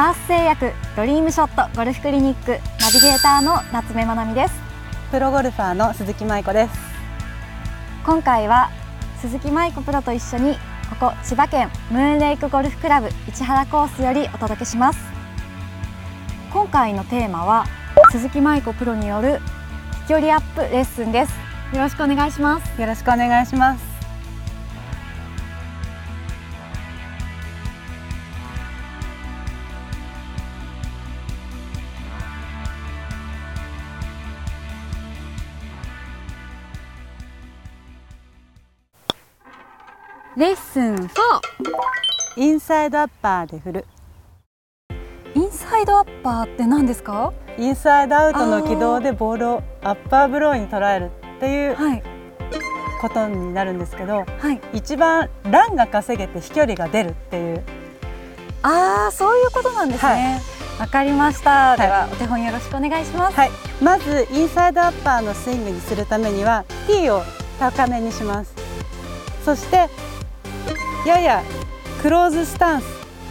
アース製薬ドリームショットゴルフクリニックナビゲーターの夏目まなみです。 プロゴルファーの鈴木舞子です。 今回は鈴木舞子プロと一緒にここ千葉県ムーンレイクゴルフクラブ市原コースよりお届けします。今回のテーマは鈴木舞子プロによる飛距離アップレッスンです。よろしくお願いします。 よろしくお願いします。 レッスン4、 インサイドアッパーで振る。 インサイドアッパーって何ですか？ インサイドアウトの軌道でボールをアッパーブローに捉えるっていうことになるんですけど、一番ランが稼げて飛距離が出るっていう。 そういうことなんですね。わかりました。ではお手本よろしくお願いします。 まずインサイドアッパーのスイングにするためにはティーを高めにします。そしてややクローズスタンス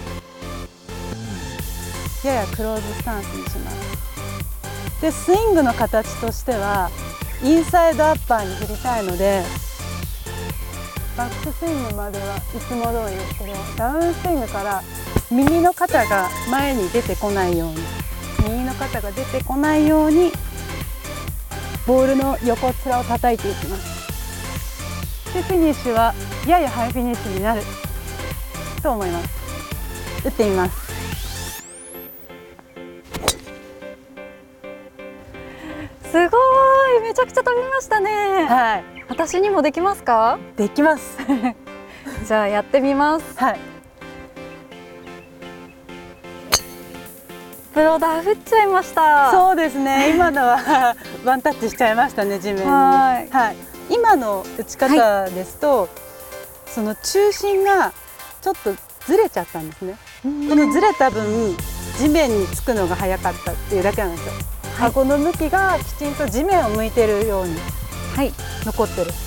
にします。でスイングの形としてはインサイドアッパーに振りたいので、バックスイングまではいつも通りですけど、ダウンスイングから右の肩が前に出てこないように、ボールの横っ面を叩いていきます。でフィニッシュはややハイフィニッシュになると思います。打ってみます。 すごい、めちゃくちゃ飛びましたね。私にもできますか？ できますじゃあやってみます。プロダフっちゃいました。 そうですね、今のはワンタッチしちゃいましたね、地面に。今の打ち方ですと、その中心がちょっとずれちゃったんですね。このずれた分地面につくのが早かったっていうだけなんですよ。顎の向きがきちんと地面を向いているように残ってる。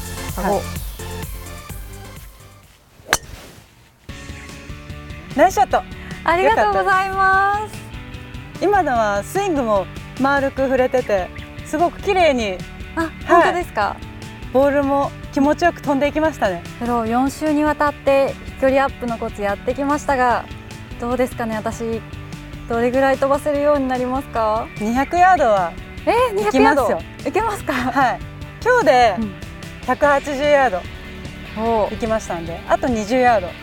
ナイスショット。 ありがとうございます。 今のはスイングも丸く振れててすごく綺麗に、 本当ですか？ ボールも気持ちよく飛んでいきましたね。 プロ4週にわたって飛距離アップのコツやってきましたが、どうですかね。私どれぐらい飛ばせるようになりますか ？200ヤードは行きますよ。 いけますか？ 今日で180ヤード行きましたんで、あと20ヤード。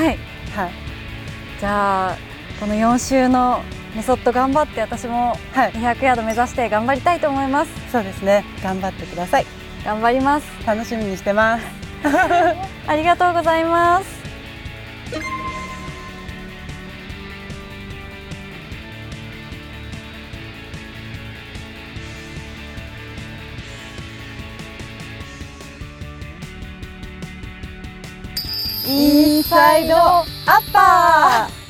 じゃあこの4週のメソッド頑張って、私も200ヤード目指して頑張りたいと思います。 そうですね、頑張ってください。 頑張ります。 楽しみにしてますありがとうございます。 インサイドアッパー。